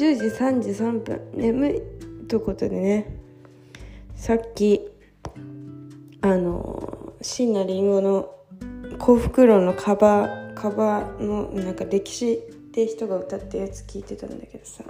10時33分眠いということでね、さっき椎名林檎の幸福論のカバーのなんか歴史って人が歌ってるやつ聞いてたんだけどさ、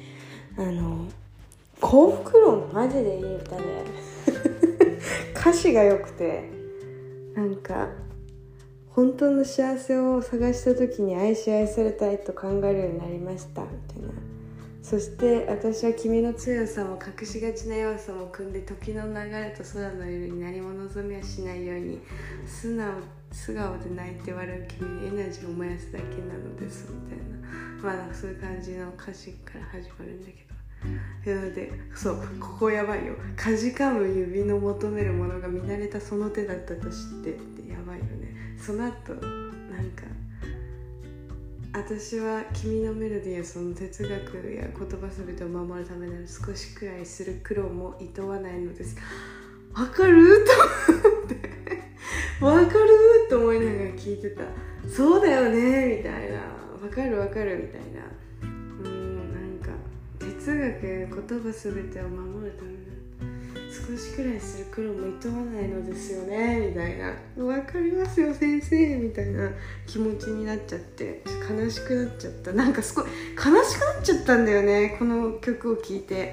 幸福論マジでいい歌で歌詞が良くて、なんか本当の幸せを探した時に愛し愛されたいと考えるようになりましたみたいな。そして私は君の強さも隠しがちな弱さも汲んで、時の流れと空の色に何も望みはしないように素顔で泣いて笑う君にエナジーを燃やすだけなのですみたいな、なんかそういう感じの歌詞から始まるんだけど、でそう、ここやばいよ。かじかむ指の求めるものが見慣れたその手だったと知ってってやばいよね。その後なんか、私は君のメロディーやその哲学や言葉全てを守るためなら少しくらいする苦労も厭わないのです。わかると思ってわかると思いながら聞いてた。そうだよねみたいな、わかるみたいな、なんか哲学や言葉全てを守るためなら少しくらいする苦労も厭わないのですよねみたいな、わかりますよ先生みたいな気持ちになっちゃって、悲しくなっちゃった。なんかすごい悲しくなっちゃったんだよね、この曲を聴いて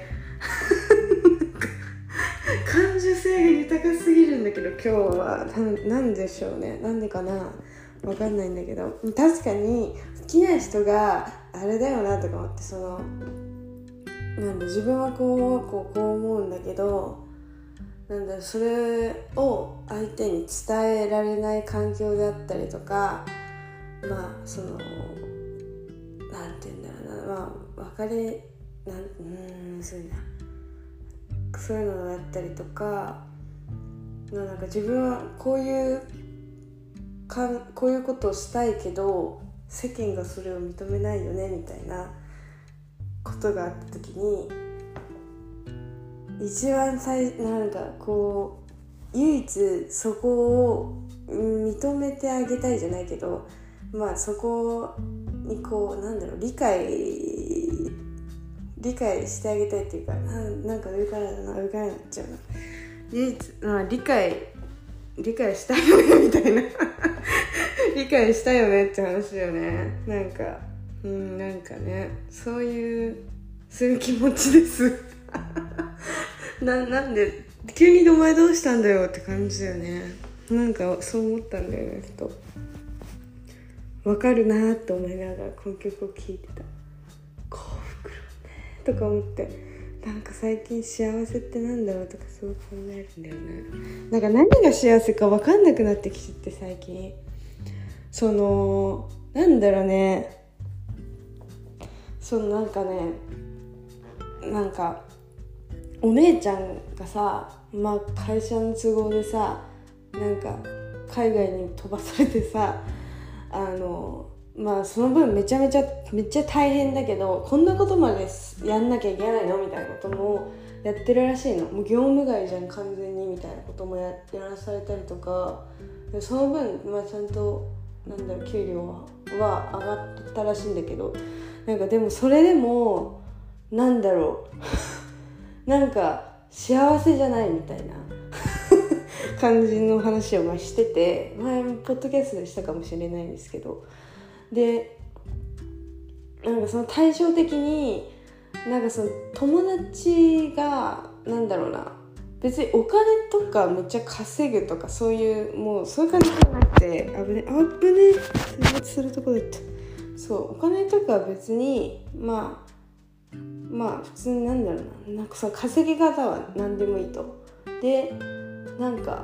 感受性が豊かすぎるんだけど、今日はなんでしょうね、なんでかな、わかんないんだけど、確かに好きな人があれだよなとか思って、なんだ自分はこう思うんだけど、なんだそれを相手に伝えられない環境であったりとか、なんて言うんだろうな、別れそういうのだったりとか、なんか自分はこういうことをしたいけど世間がそれを認めないよねみたいなことがあった時に、一番なんかこう唯一そこを認めてあげたいじゃないけど、そこに理解してあげたいっていうか、なんか上からになっちゃうな。唯一、理解したいよねみたいな理解したいよねって話だよね。なんかね、そういう気持ちですなんで急にお前どうしたんだよって感じだよね。なんかそう思ったんだよね。わかるなって思いながらこの曲を聴いてた。幸福論ねとか思って、なんか最近幸せってなんだろうとかすごく考えるんだよね。なんか何が幸せか分かんなくなってきちゃって、最近なんだろうね、なんかお姉ちゃんがさ、会社の都合でさ、なんか海外に飛ばされてさ、その分めっちゃ大変だけど、こんなことまでやんなきゃいけないのみたいなこともやってるらしいの。もう業務外じゃん完全にみたいなこともやらされたりとか、その分、ちゃんと給料は上がったらしいんだけど、なんかでもそれでもなんか幸せじゃないみたいな感じの話をしてて、前もポッドキャストでしたかもしれないんですけど、でなんかその対照的に、なんかその友達が別にお金とかめっちゃ稼ぐとかそういう感じじゃなくて、危ね生活するとこだった。そう、お金とか別に普通になんかさ、稼ぎ方は何でもいいと。でなんか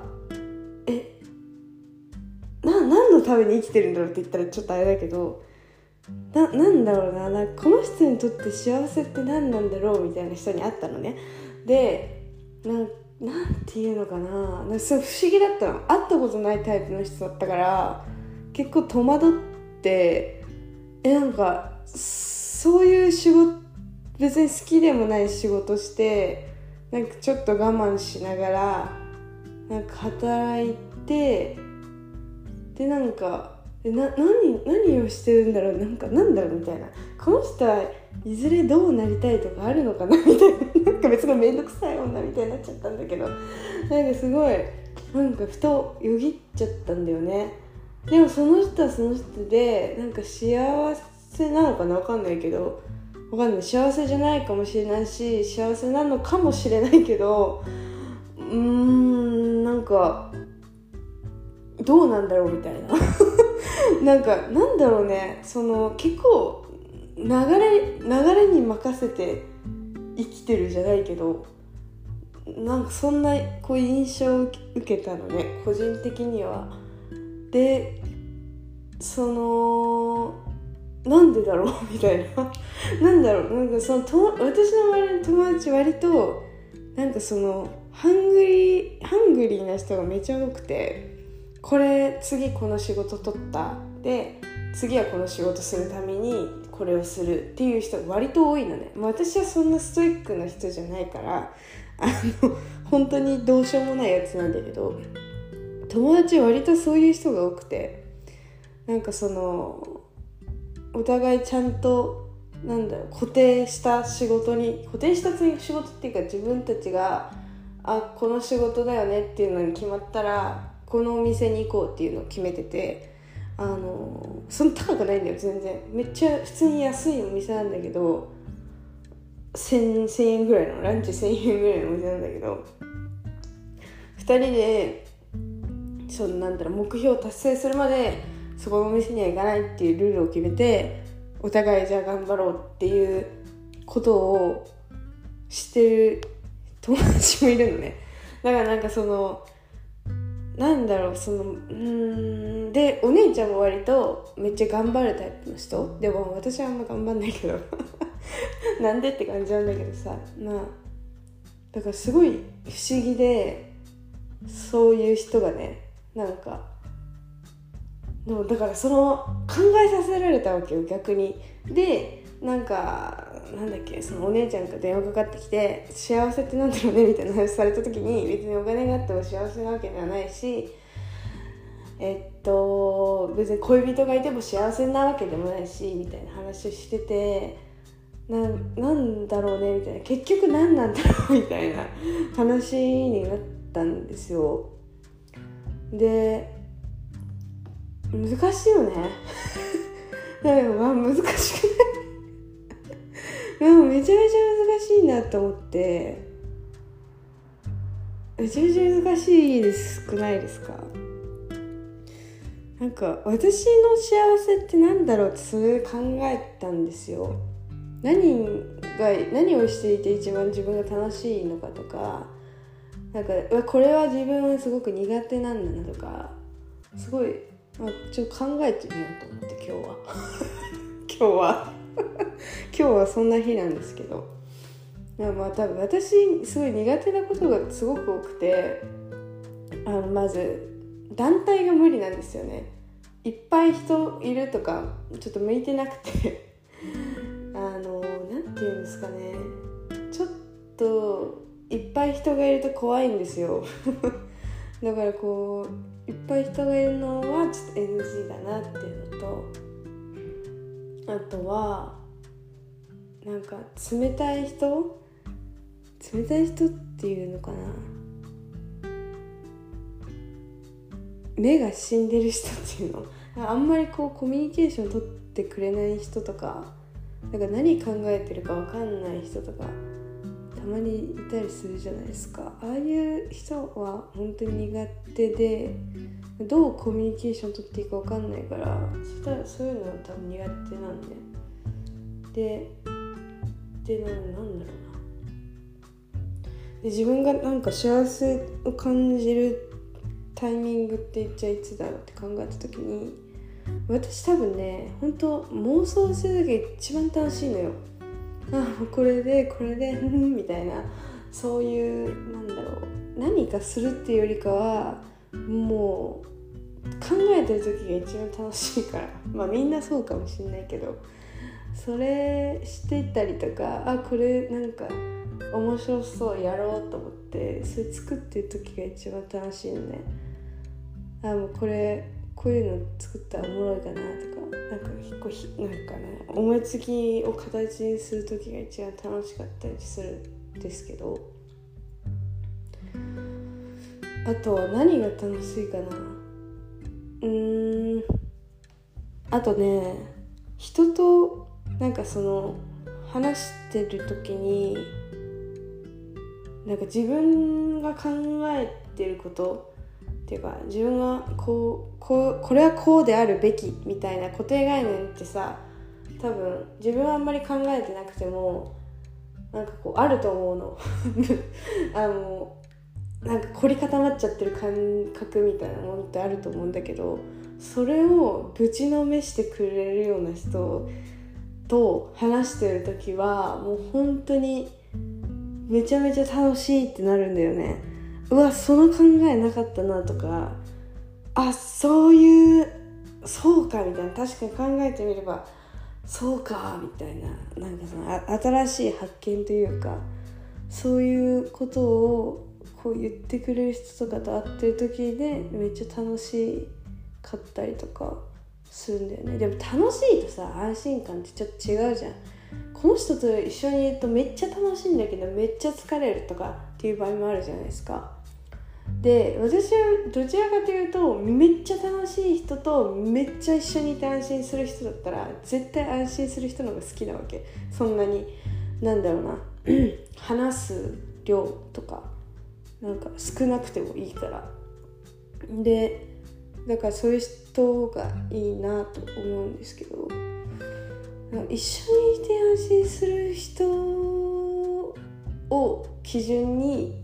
何のために生きてるんだろうって言ったらちょっとあれだけど、なんだろうな、この人にとって幸せって何なんだろうみたいな人に会ったのね。でなんていうのかな、すごい不思議だったの。会ったことないタイプの人だったから結構戸惑って、なんかそういう仕事、別に好きでもない仕事してなんかちょっと我慢しながらなんか働いて、でなんか何をしてるんだろう、なんだろうみたいな、 この人はいずれどうなりたいとかあるのかなみたいな、なんか別にめんどくさい女みたいになっちゃったんだけど、なんかすごいなんかふとよぎっちゃったんだよね。でもその人はその人でなんか幸せなのかな、わかんないけど、わかんない、幸せじゃないかもしれないし幸せなのかもしれないけど、なんかどうなんだろうみたいななんだろうね、その結構流れに任せて生きてるじゃないけど、なんかそんなこう印象を受けたのね、個人的には。でそのなんでだろうみたいななんだろう、なんかその私の周りの友達割となんかそのハングリーな人がめちゃ多くて、次この仕事取ったで次はこの仕事するためにこれをするっていう人が割と多いのね。私はそんなストイックな人じゃないから本当にどうしようもないやつなんだけど、友達は割とそういう人が多くて、なんかそのお互いちゃんと固定した仕事っていうか、自分たちがこの仕事だよねっていうのに決まったらこのお店に行こうっていうのを決めてて、そんな高くないんだよ全然。めっちゃ普通に安いお店なんだけど、1000円ぐらいのランチ1000円ぐらいのお店なんだけど、2人で目標を達成するまでそこのお店には行かないっていうルールを決めて、お互いじゃあ頑張ろうっていうことをしてる友達もいるのね。だからなんかそのでお姉ちゃんも割とめっちゃ頑張るタイプの人でも、私はあんま頑張んないけどなんでって感じなんだけどさ、だからすごい不思議で、そういう人がね、なんかでもだからその考えさせられたわけよ逆に。でそのお姉ちゃんから電話かかってきて、幸せってなんだろうねみたいな話された時に、別にお金があっても幸せなわけではないし、別に恋人がいても幸せなわけでもないしみたいな話をしてて、なんだろうねみたいな、結局何なんだろうみたいな話になったんですよ。で難しいよねだから難しくないでもめちゃめちゃ難しいなと思って、めちゃめちゃ難しいですくないですか。なんか私の幸せってなんだろうってそれで考えたんですよ。何をしていて一番自分が楽しいのかとか、なんかこれは自分はすごく苦手なんだなとか、すごいちょっと考えてみようと思って今日はそんな日なんですけど、多分私すごい苦手なことがすごく多くて、まず団体が無理なんですよね。いっぱい人いるとかちょっと向いてなくてなんていうんですかね、ちょっといっぱい人がいると怖いんですよだからこういっぱい人がいるのはちょっと NG だなっていうのと、あとはなんか冷たい人っていうのかな、目が死んでる人っていうの、あんまりこうコミュニケーション取ってくれない人とか、なんか何考えてるか分かんない人とかたまにいたりするじゃないですか。ああいう人は本当に苦手で、どうコミュニケーション取っていいか分かんないから、そういうのは多分苦手なんで、なんだろうな、で自分がなんか幸せを感じるタイミングってじゃあいつだろうって考えた時に、私多分ね、本当妄想する時が一番楽しいのよ。これでみたいな、そういう何かするっていうよりかはもう考えてる時が一番楽しいから、みんなそうかもしれないけど、それしてたりとか、これなんか面白そうやろうと思ってそれ作ってる時が一番楽しいのね。もうこれこういうの作ったらおもろいかなとか、なんかね思いつきを形にする時が一番楽しかったりするんですけど、あとは何が楽しいかな。あとね、人となんかその話してる時になんか自分が考えてることっていうか、自分がこれはこうであるべきみたいな固定概念ってさ、多分自分はあんまり考えてなくてもなんかこうあると思うのなんか凝り固まっちゃってる感覚みたいなものってあると思うんだけど、それをぶちのめしてくれるような人と話してるときはもう本当にめちゃめちゃ楽しいってなるんだよね。うわ、その考えなかったなとか、あ、そうかみたいな、確かに考えてみればそうかみたいな、なんかその新しい発見というか、そういうことをこう言ってくれる人とかと会ってる時でめっちゃ楽しかったりとかするんだよね。でも楽しいとさ、安心感ってちょっと違うじゃん。この人と一緒にいるとめっちゃ楽しいんだけどめっちゃ疲れるとかっていう場合もあるじゃないですか。で、私はどちらかというとめっちゃ楽しい人とめっちゃ一緒にいて安心する人だったら絶対安心する人の方が好きなわけ。そんなになんだろうな話す量とかなんか少なくてもいいから。で、だからそういう人がいいなと思うんですけど、一緒にいて安心する人を基準に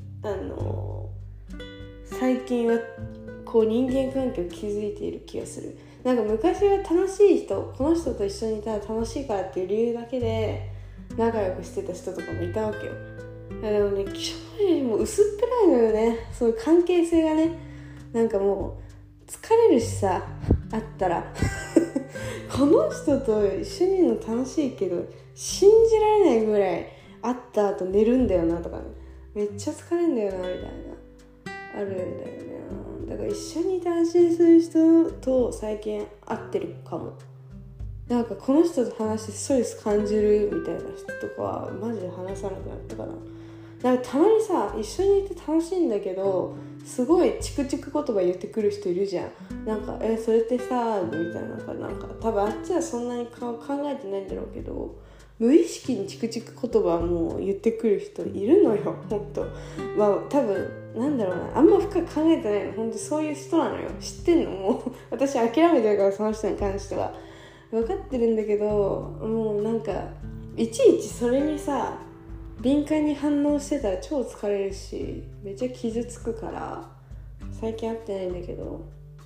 最近はこう人間関係を築いている気がする。なんか昔は楽しい人、この人と一緒にいたら楽しいからっていう理由だけで仲良くしてた人とかもいたわけよ。でもね、正直もう薄っぺらいのよね、そういう関係性がね。なんかもう疲れるしさ、あったらこの人と一緒にいるの楽しいけど信じられないぐらい会った後寝るんだよなとかね、めっちゃ疲れるんだよなみたいなあるんだよね。だから一緒にいて安心する人と最近会ってるかも。なんかこの人と話してストレス感じるみたいな人とかはマジで話さなくなったかな。なんかたまにさ、一緒にいて楽しいんだけどすごいチクチク言葉言ってくる人いるじゃん。なんかそれってさみたいな、なんか多分あっちはそんなに考えてないんだろうけど、無意識にチクチク言葉も言ってくる人いるのよ、ほんと。まあ多分なんだろうな、あんま深く考えてないの、ほんとそういう人なのよ。知ってんの、もう私諦めてるから、その人に関しては分かってるんだけど、もうなんかいちいちそれにさ敏感に反応してたら超疲れるしめっちゃ傷つくから最近会ってないんだけど、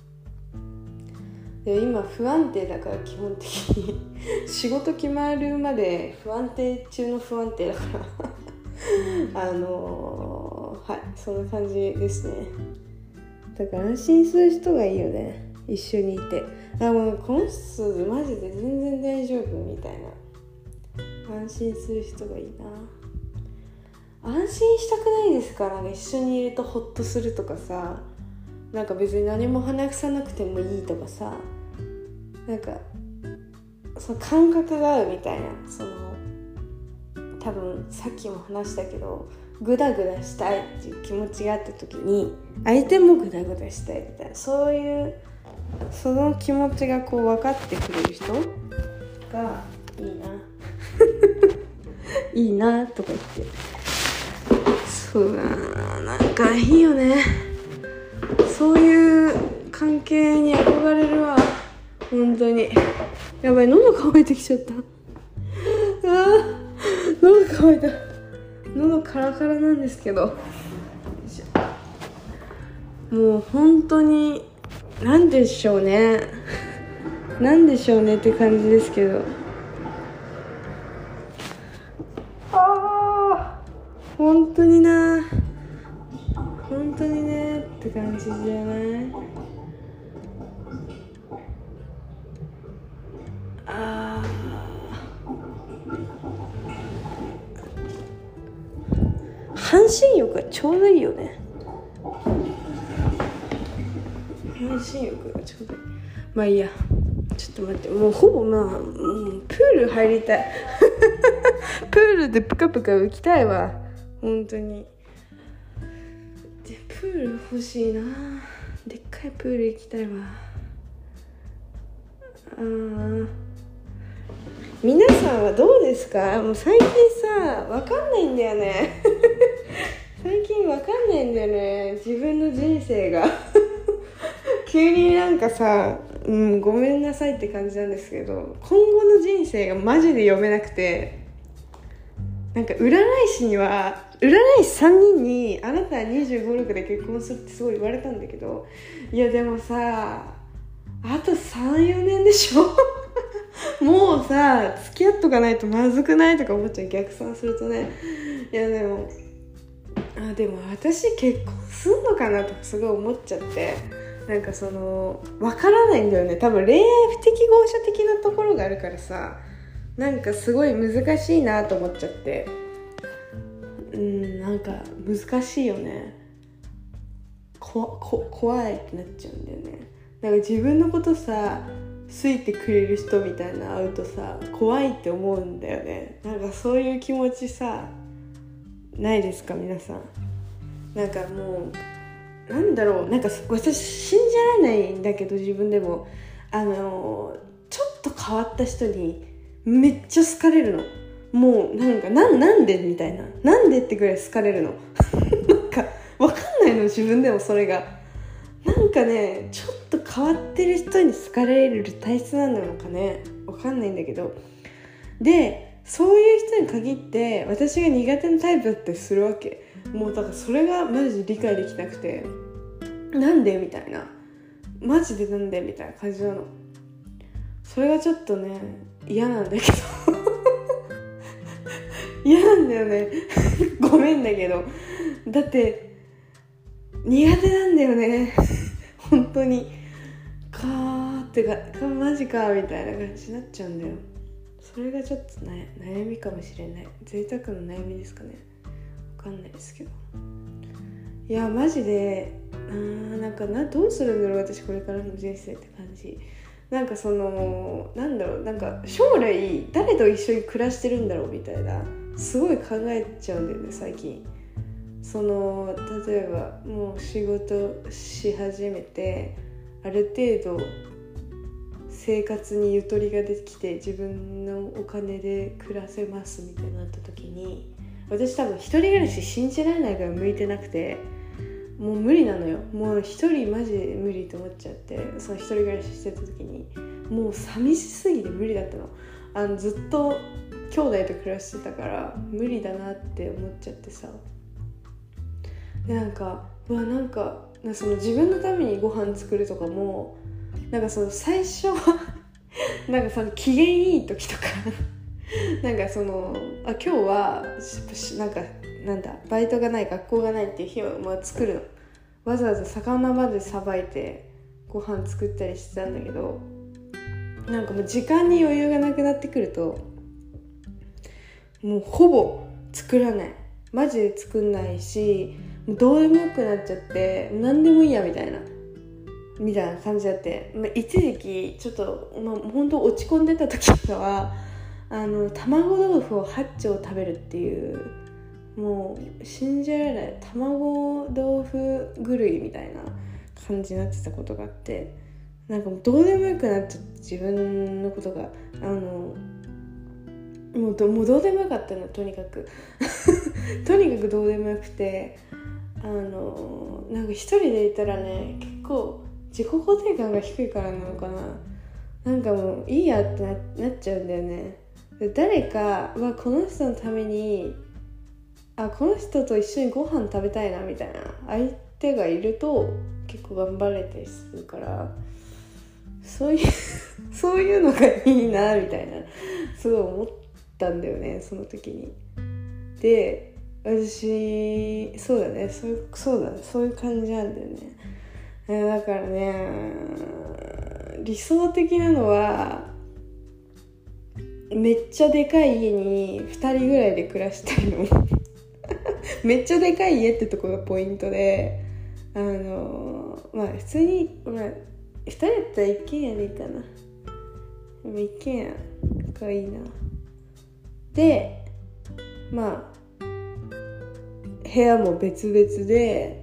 で今不安定だから基本的に仕事決まるまで不安定中の不安定だからはい、そんな感じですね。だから安心する人がいいよね、一緒にいて。もうこの人マジで全然大丈夫みたいな、安心する人がいいな。安心したくないですか？なんか一緒にいるとホッとするとかさ、なんか別に何も話さなくてもいいとかさ、なんかその感覚が合うみたいな、その多分さっきも話したけどグダグダしたいっていう気持ちがあった時に相手もグダグダしたいみたいな、そういうその気持ちがこう分かってくれる人がいいないいなとか言って、そうだな、なんかいいよね、そういう関係に憧れるわ本当に。やばい、喉乾いてきちゃった。喉乾いた。喉カラカラなんですけど、もう本当になんでしょうねって感じですけど、本当にねって感じじゃない？半身浴がちょうどいいよね。半身浴がちょうどいい。 まあいいや、ちょっと待って、もうほぼプール入りたいプールでプカプカ浮きたいわ本当に。でプール欲しいな、でっかいプール行きたいわ。皆さんはどうですか？もう最近さわかんないんだよね最近わかんないんだよね、自分の人生が急になんかさ、ごめんなさいって感じなんですけど、今後の人生がマジで読めなくて、なんか占い師3人にあなたは25、6で結婚するってすごい言われたんだけど、いやでもさあと 3,4 年でしょもうさ付き合っとかないとまずくないとか思っちゃう、逆算するとね。いやでも私結婚すんのかなとかすごい思っちゃって、なんかその分からないんだよね、多分恋愛不適合者的なところがあるからさ、なんかすごい難しいなと思っちゃって、なんか難しいよね、怖いってなっちゃうんだよね。なんか自分のことさ好いてくれる人みたいな会うとさ怖いって思うんだよね。なんかそういう気持ちさないですか皆さん？なんかもうなんだろう、なんか私信じられないんだけど、自分でもちょっと変わった人にめっちゃ好かれるの。もうなんでみたいな、なんでってぐらい好かれるのなんかわかんないの自分でも。それがなんかね、ちょっと変わってる人に好かれる体質なのかね、わかんないんだけど、でそういう人に限って私が苦手なタイプってするわけ。もうだからそれがマジで理解できなくて、なんでみたいな、マジでなんでみたいな感じなの。それがちょっとね嫌なんだけど嫌なんだよねごめんだけど、だって苦手なんだよね本当にかーってかマジかみたいな感じになっちゃうんだよ。それがちょっと悩みかもしれない、贅沢の悩みですかね、わかんないですけど。いやマジでどうするんだろう私これからの人生って感じ。なんかそのなんだろう、なんか将来誰と一緒に暮らしてるんだろうみたいなすごい考えちゃうんだよね最近。その例えばもう仕事し始めてある程度生活にゆとりができて自分のお金で暮らせますみたいになった時に、私多分一人暮らし信じられないから向いてなくて、もう無理なのよ。もう一人マジで無理と思っちゃって、その一人暮らししてた時にもう寂しすぎて無理だったの。ずっと兄弟と暮らしてたから無理だなって思っちゃってさ、でなんかその自分のためにご飯作るとかもなんかその最初なんかその機嫌いい時とかなんかその今日はバイトがない学校がないっていう日を作るの。わざわざ魚までさばいてご飯作ったりしてたんだけど、なんかもう時間に余裕がなくなってくるともうほぼ作らない、マジで作んないし、どうでもよくなっちゃって何でもいいやみたいな感じだって、一時期ちょっと、本当落ち込んでた時とかは卵豆腐を8丁食べるっていう、もう信じられない卵豆腐狂いみたいな感じになってたことがあって、なんかもうどうでもよくなっちゃって自分のことがもうどうでもよかったの、とにかくとにかくどうでもよくて、なんか一人でいたらね結構自己肯定感が低いからなのかな、なんかもういいやって なっちゃうんだよね。で誰かはこの人のためにこの人と一緒にご飯食べたいなみたいな相手がいると結構頑張れたりするから、そういうのがいいなみたいなすごい思ったんだよねその時に。で私そうだねそういう感じなんだよね。だからね理想的なのはめっちゃでかい家に2人ぐらいで暮らしたいのめっちゃでかい家ってとこがポイントで、普通に、 2人だったら一軒家でいいかな。でも一軒家がいいな。でまあ部屋も別々で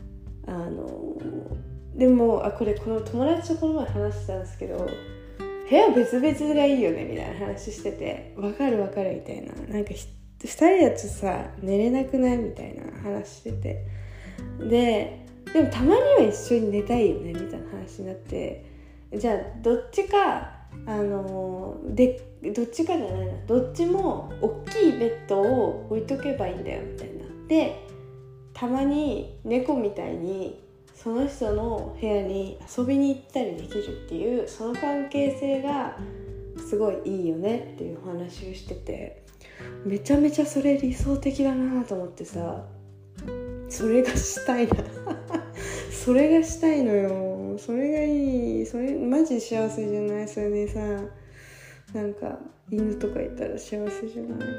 でもこの友達とこの前話してたんですけど、部屋別々がいいよねみたいな話してて、わかるみたいな、なんか2人だとさ寝れなくないみたいな話してて、でもたまには一緒に寝たいよねみたいな話になって、じゃあどっちかどっちかじゃないな、どっちも大きいベッドを置いとけばいいんだよみたいな。でたまに猫みたいにその人の部屋に遊びに行ったりできるっていう、その関係性がすごいいいよねっていう話をしてて、めちゃめちゃそれ理想的だなと思ってさ、それがしたいなそれがしたいのよ。それがいい。それマジ幸せじゃない？それでさ、なんか犬とかいたら幸せじゃない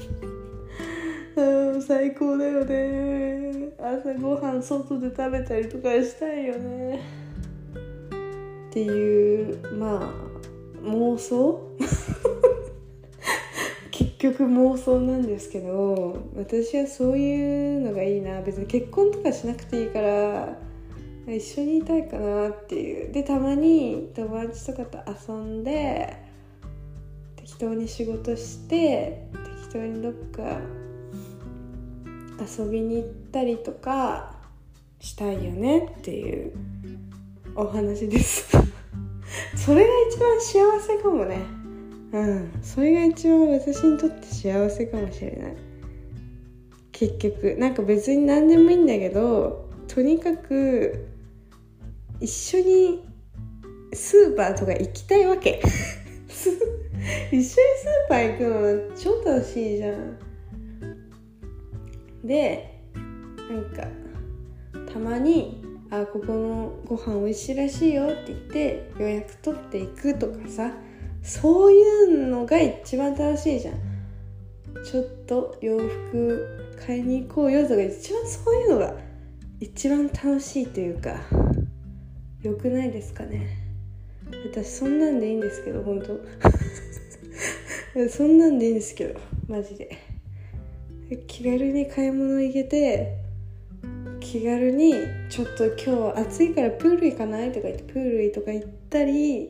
最高だよね。朝ごはん外で食べたりとかしたいよねっていう、まあ妄想結局妄想なんですけど、私はそういうのがいいな。別に結婚とかしなくていいから一緒にいたいかなっていう。でたまに友達とかと遊んで適当に仕事して適当にどっか遊びに行ったりとかしたいよねっていうお話ですそれが一番幸せかもね。それが一番私にとって幸せかもしれない。結局なんか別に何でもいいんだけど、とにかく一緒にスーパーとか行きたいわけ一緒にスーパー行くの超楽しいじゃん。でなんかたまにここのご飯美味しいらしいよって言って予約取っていくとかさ、そういうのが一番楽しいじゃん。ちょっと洋服買いに行こうよとか、一番そういうのが一番楽しいというか、良くないですかね。私そんなんでいいんですけど、本当そんなんでいいんですけど、マジで気軽に買い物行けて、気軽にちょっと今日暑いからプール行かないとか言ってプールとか行ったり、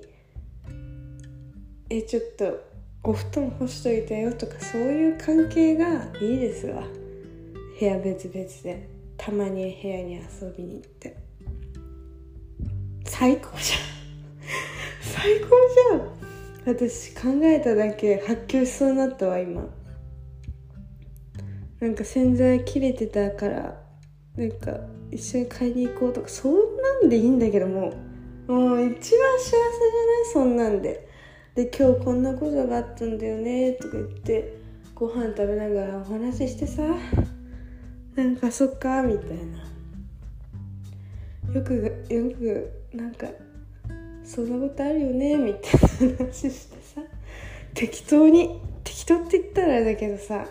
ちょっとお布団干しといたよとか、そういう関係がいいですわ。部屋別々でたまに部屋に遊びに行って最高じゃん最高じゃん。私考えただけ発狂しそうになったわ今。なんか洗剤切れてたからなんか一緒に買いに行こうとか、そんなんでいいんだけどもう一番幸せじゃないそんなんで。で今日こんなことがあったんだよねとか言ってご飯食べながらお話ししてさ、なんかそっかみたいな、よくなんかそんなことあるよねみたいな話してさ、適当って言ったらあれだけどさ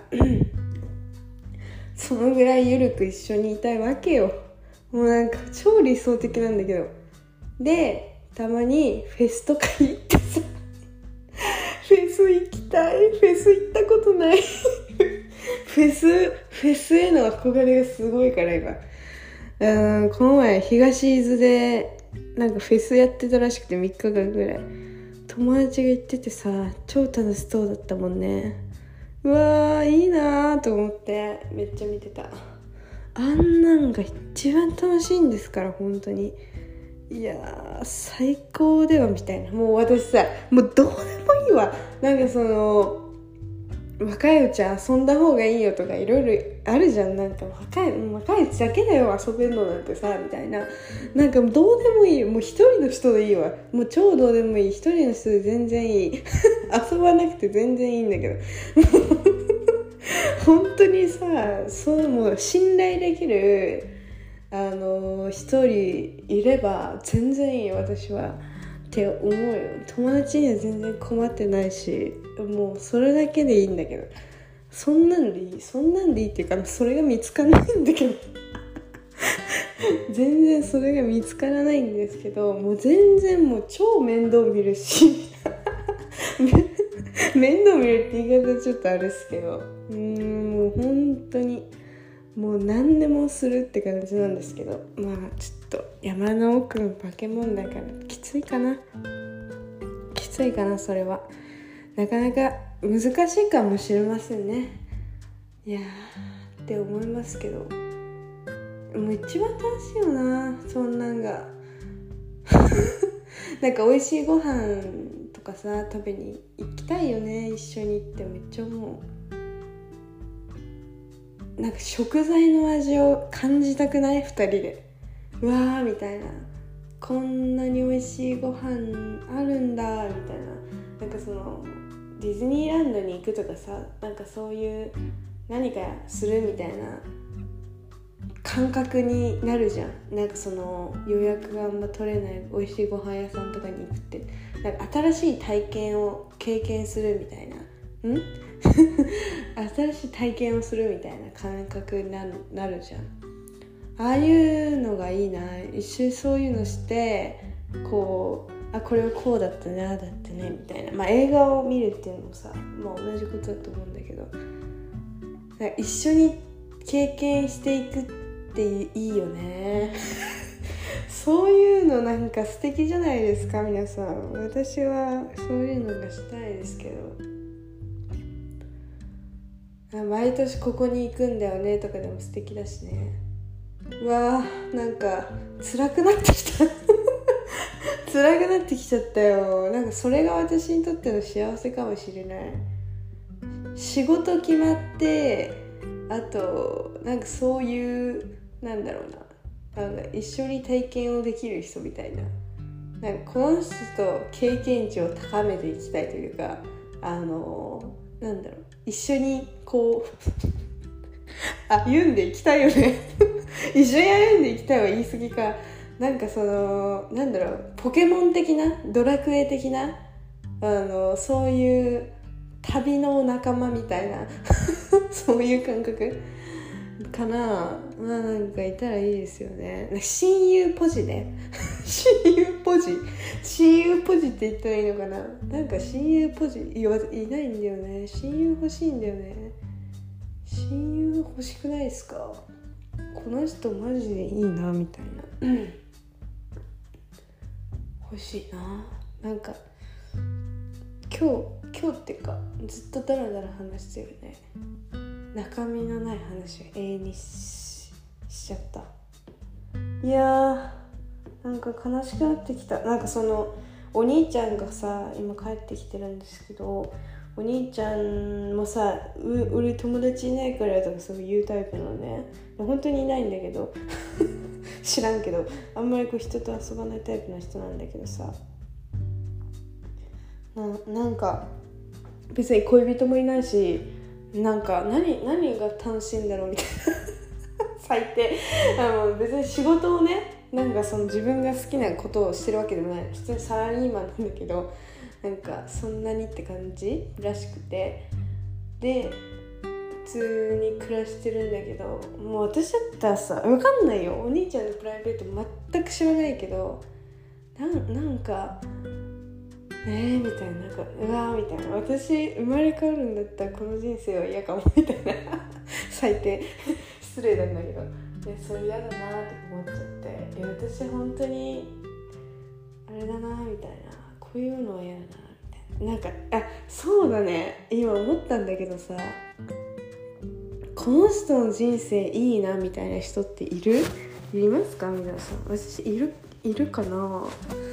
そのぐらいゆるく一緒にいたいわけよ。もうなんか超理想的なんだけど。でたまにフェスとか行ってさフェス行きたい。フェス行ったことないフェスへの憧れがすごいから今。この前東伊豆でなんかフェスやってたらしくて、3日間ぐらい友達が行っててさ、超楽しそうだったもんね。うわーいいなーと思ってめっちゃ見てた。あんなんが一番楽しいんですから本当に。いやー最高ではみたいな。もう私さ、もうどうでもいいわ。なんかその若いうち遊んだ方がいいよとかいろいろあるじゃん。なんか若いうちだけだよ遊べるのなんてさみたいな。なんかどうでもいい。もう一人の人でいいわ。もう超どうでもいい。一人の人で全然いい遊ばなくて全然いいんだけど本当にさ、そうもう信頼できる一人いれば全然いい私はって思うよ。友達には全然困ってないし、もうそれだけでいいんだけど、そんなんでいいっていうか、それが見つかんないんだけど全然それが見つからないんですけど、もう全然もう超面倒見るし面倒見るって言い方ちょっとあれですけど、もう本当にもう何でもするって感じなんですけど、まあちょっと山の奥の化け物だからきついかなそれは。なかなか難しいかもしれませんね。いやーって思いますけど、もう一番楽しいよな、そんなんがなんか美味しいご飯とかさ食べに行きたいよね、一緒にってめっちゃ思う。なんか食材の味を感じたくない？二人でうわーみたいな、こんなに美味しいご飯あるんだみたいな、なんかそのディズニーランドに行くとかさ、なんかそういう何かするみたいな感覚になるじゃん。なんかその予約があんま取れない美味しいご飯屋さんとかに行くって、なんか新しい体験を経験するみたいな新しい体験をするみたいな感覚になるじゃん。ああいうのがいいな。一緒にそういうのしてこう、これはこうだったね、ああだったねみたいな、まあ映画を見るっていうのもさ、まあ同じことだと思うんだけど、一緒に経験していくっていいよねそういうのなんか素敵じゃないですか皆さん。私はそういうのがしたいですけど、毎年ここに行くんだよねとかでも素敵だしね。うわーなんか辛くなってきた辛くなってきちゃったよ。なんかそれが私にとっての幸せかもしれない。仕事決まって、あとなんかそういうなんだろうな、なんか一緒に体験をできる人みたいな、なんかこの人と経験値を高めていきたいというか、なんだろう、一緒にこう歩んでいきたいよね一緒に歩んでいきたいは言い過ぎか。なんかそのなんだろう、ポケモン的な、ドラクエ的な、そういう旅の仲間みたいなそういう感覚かな。まあなんかいたらいいですよね。親友ポジね親友ポジって言ったらいいのかな。なんか親友ポジいないんだよね。親友欲しいんだよね。親友欲しくないですか？この人マジでいいなみたいな欲しいな。なんか今日っていうかずっとダラダラ話してるね。中身のない話を永遠に しちゃった。いやーなんか悲しくなってきた。なんかそのお兄ちゃんがさ今帰ってきてるんですけど、お兄ちゃんもさ俺友達いないからとかそういうタイプのね、本当にいないんだけど知らんけど、あんまりこう人と遊ばないタイプの人なんだけどさ、なんか別に恋人もいないし、なんか何が楽しいんだろうみたいな最低。別に仕事をね、なんかその自分が好きなことをしてるわけでもない、普通にサラリーマンなんだけど、なんかそんなにって感じらしくて、で普通に暮らしてるんだけど、もう私だったらさ分かんないよ、お兄ちゃんのプライベート全く知らないけど、なんかみたいな、なんかうわーみたいな、私生まれ変わるんだったらこの人生は嫌かもみたいな最低失礼なんだけど、それ嫌だなと思っちゃって、私本当にあれだなみたいな、こういうのは嫌だなみたいな、なんかそうだね、今思ったんだけどさ、この人の人生いいなみたいな人っていますか皆さん？私いるかな。